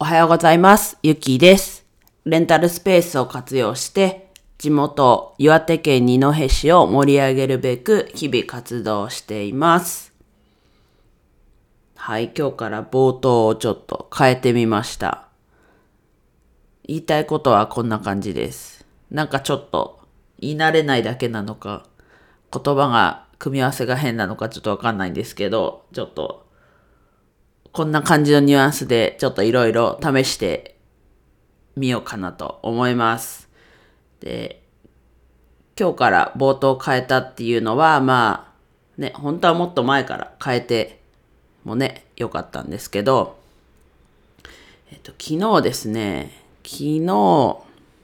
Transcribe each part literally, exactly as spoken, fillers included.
おはようございます。ゆきです。レンタルスペースを活用して地元岩手県二戸市を盛り上げるべく日々活動しています。はい、今日から冒頭をちょっと変えてみました。言いたいことはこんな感じです。なんかちょっと言い慣れないだけなのか、言葉が組み合わせが変なのかちょっとわかんないんですけど、ちょっとこんな感じのニュアンスでちょっといろいろ試してみようかなと思います。で、今日から冒頭変えたっていうのは、まあね、本当はもっと前から変えてもね、良かったんですけど、えっと、昨日ですね、昨日、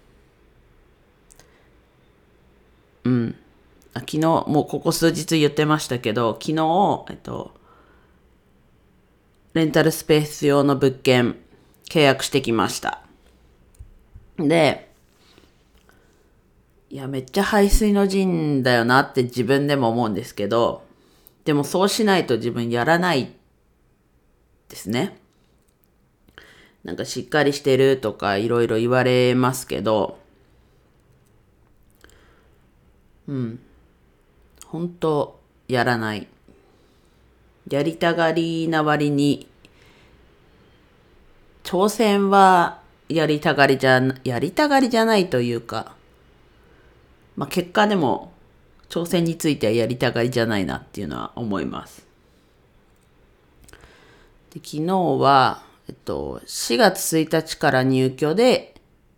うん、あ昨日、もうここ数日言ってましたけど、昨日、えっと、レンタルスペース用の物件契約してきました。で、いや、めっちゃ背水の陣だよなって自分でも思うんですけど、でもそうしないと自分やらないですね。なんかしっかりしてるとかいろいろ言われますけど、うん、本当やらない。やりたがりな割に、挑戦はやりたがりじゃ、やりたがりじゃないというか、まあ結果でも挑戦についてはやりたがりじゃないなっていうのは思います。で、昨日は、えっと、しがつついたちから入居で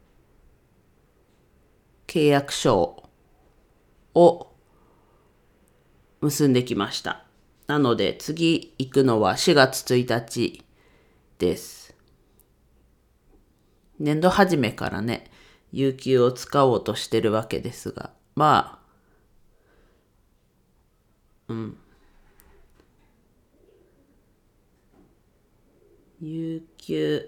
契約書を結んできました。なので次行くのはしがつついたちです。年度初めからね、有給を使おうとしてるわけですが、まあ、うん。有給、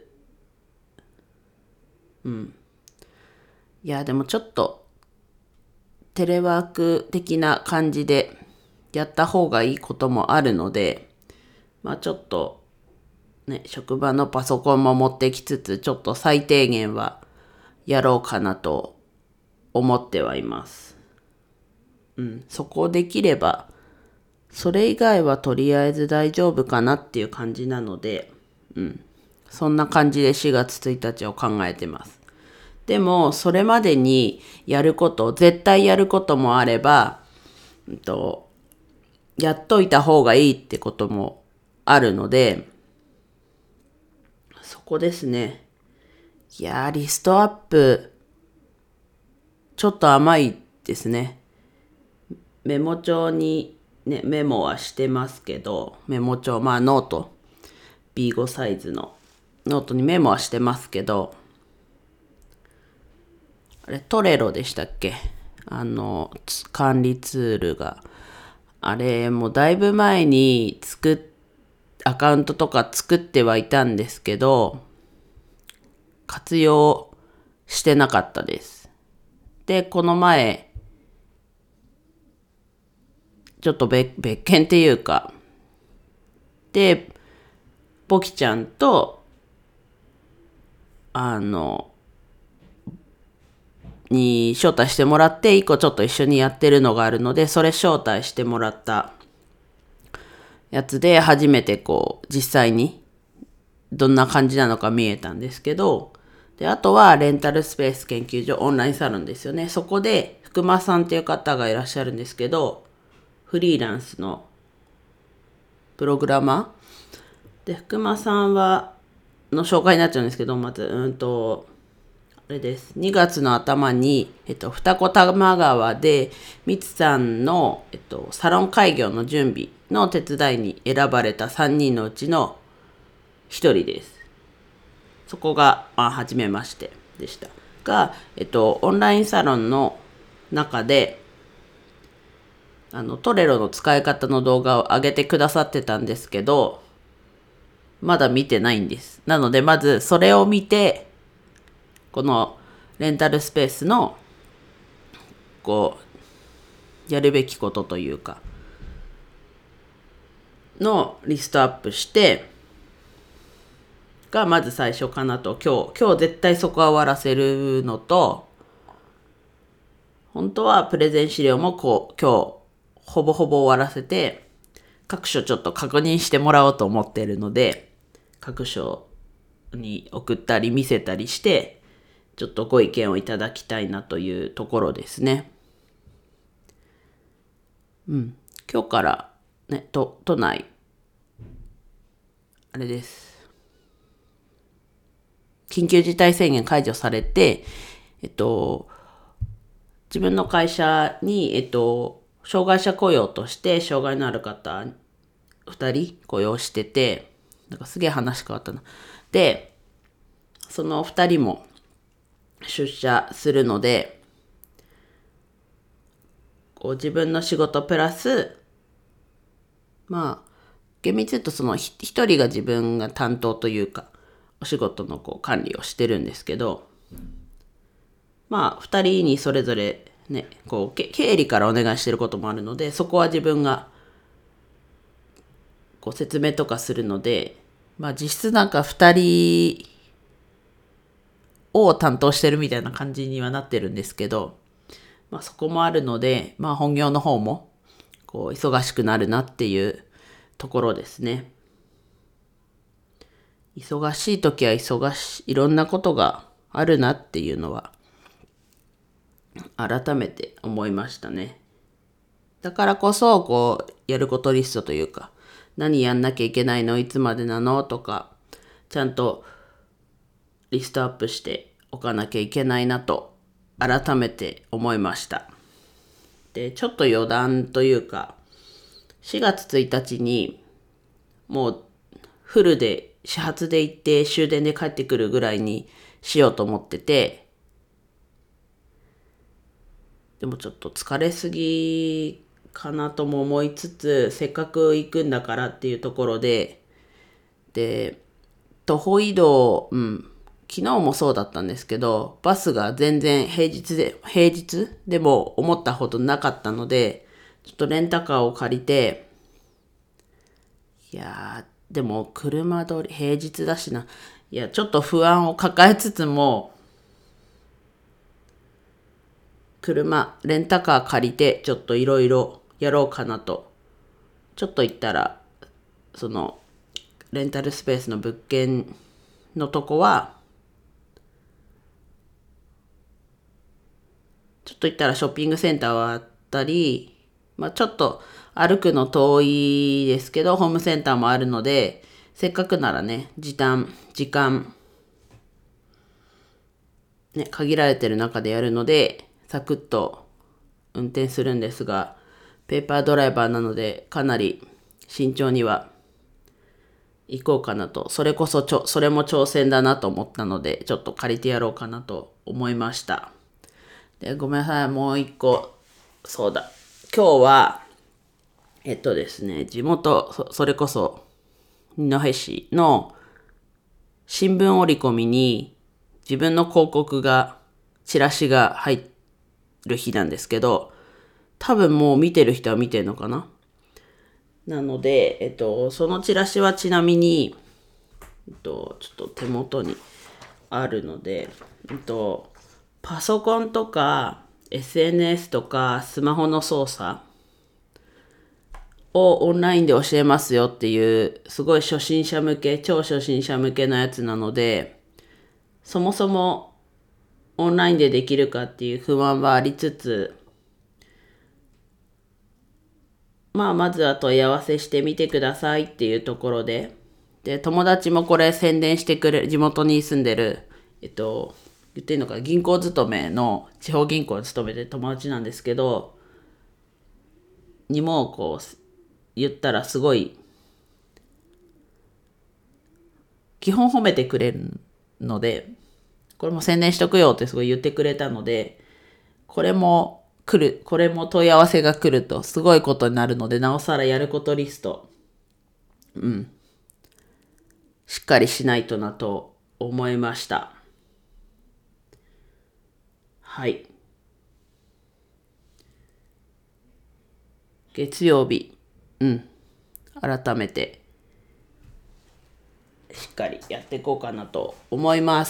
うん。いや、でもちょっとテレワーク的な感じでやった方がいいこともあるので、まあちょっとね、職場のパソコンも持ってきつつ、ちょっと最低限はやろうかなと思ってはいます。うん、そこできれば、それ以外はとりあえず大丈夫かなっていう感じなので、うん、そんな感じでしがつついたちを考えてます。でも、それまでにやること、絶対やることもあれば、うんと、やっといた方がいいってこともあるので、そこですね。いやー、リストアップ、ちょっと甘いですね。メモ帳にね、メモはしてますけど、メモ帳、まあノート、ビーファイブ サイズのノートにメモはしてますけど、あれ、トレロでしたっけ？あの、管理ツールが。あれ、もうだいぶ前に作っ、アカウントとか作ってはいたんですけど、活用してなかったです。で、この前、ちょっと別別件っていうか、で、ポキちゃんと、あの、に招待してもらって、一個ちょっと一緒にやってるのがあるので、それ招待してもらったやつで、初めてこう、実際にどんな感じなのか見えたんですけど、で、あとはレンタルスペース研究所オンラインサロンですよね。そこで、福間さんっていう方がいらっしゃるんですけど、フリーランスのプログラマーで、福間さんは、の紹介になっちゃうんですけど、まず、うんと、あれです。にがつの頭に、えっと、二子玉川で、みつさんの、えっと、サロン開業の準備の手伝いに選ばれたさんにんのうちのひとりです。そこが、まあ、初めましてでした。が、えっと、オンラインサロンの中で、あの、トレロの使い方の動画を上げてくださってたんですけど、まだ見てないんです。なので、まずそれを見て、このレンタルスペースの、こう、やるべきことというか、のリストアップして、 がまず最初かなと。今日、今日絶対そこは終わらせるのと、本当はプレゼン資料もこう、今日、ほぼほぼ終わらせて、各所ちょっと確認してもらおうと思っているので、各所に送ったり見せたりして、ちょっとご意見をいただきたいなというところですね。うん。今日からね、都、都内、あれです。緊急事態宣言解除されて、えっと、自分の会社に、えっと、障害者雇用として障害のある方ふたり雇用してて、なんかすげえ話変わったな。で、そのふたりも出社するので、こう自分の仕事プラス、まあ、厳密に言うとそのひ一人が自分が担当というか、お仕事のこう管理をしてるんですけど、まあ、二人にそれぞれね、こう、経理からお願いしてることもあるので、そこは自分がこう説明とかするので、まあ実質なんか二人を担当してるみたいな感じにはなってるんですけど、まあそこもあるので、まあ本業の方もこう忙しくなるなっていうところですね。忙しい時は忙しい、いろんなことがあるなっていうのは改めて思いましたね。だからこそ、こう、やることリストというか、何やんなきゃいけないの、いつまでなのとか、ちゃんとリストアップしておかなきゃいけないなと、改めて思いました。で、ちょっと余談というか、しがつついたちに、もう、フルで、始発で行って終電で帰ってくるぐらいにしようと思ってて、でもちょっと疲れすぎかなとも思いつつ、せっかく行くんだからっていうところで、で、徒歩移動、うん、昨日もそうだったんですけど、バスが全然平日で、平日でも思ったほどなかったので、ちょっとレンタカーを借りて、いやー、でも車通り、平日だしな、いや、ちょっと不安を抱えつつも、車、レンタカー借りて、ちょっといろいろやろうかなと。ちょっと行ったら、その、レンタルスペースの物件のとこは、ちょっと行ったらショッピングセンターはあったり、まあちょっと歩くの遠いですけど、ホームセンターもあるので、せっかくならね、時短、時間、ね、限られてる中でやるので、サクッと運転するんですが、ペーパードライバーなので、かなり慎重には行こうかなと。それこそちょ、それも挑戦だなと思ったので、ちょっと借りてやろうかなと思いました。で、ごめんなさい、もう一個。そうだ。今日は、えっとですね、地元、そそれこそ、二戸市の新聞折り込みに自分の広告が、チラシが入る日なんですけど、多分もう見てる人は見てるのかな。なので、えっと、そのチラシはちなみに、えっと、ちょっと手元にあるので、えっと、パソコンとか エスエヌエス とかスマホの操作をオンラインで教えますよっていう、すごい初心者向け、超初心者向けのやつなので、そもそもオンラインでできるかっていう不安はありつつ、まあまずは問い合わせしてみてくださいっていうところで、で、友達もこれ宣伝してくれる、地元に住んでる、えっと、言っていいのか、銀行勤めの、地方銀行に勤めてる友達なんですけど、にもこう、言ったらすごい、基本褒めてくれるので、これも宣伝しとくよってすごい言ってくれたので、これも来る、これも問い合わせが来るとすごいことになるので、なおさらやることリスト、うん、しっかりしないとなと思いました。はい。月曜日、うん、改めて、 しっかりやっていこうかなと思います。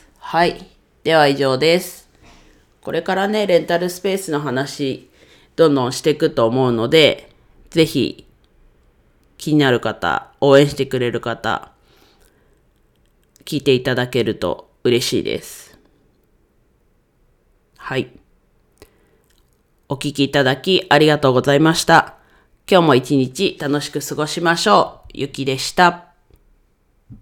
はい。では以上です。これからね、レンタルスペースの話、どんどんしていくと思うので、ぜひ、気になる方、応援してくれる方、聞いていただけると嬉しいです。はい。お聞きいただきありがとうございました。今日も一日楽しく過ごしましょう。ゆきでした。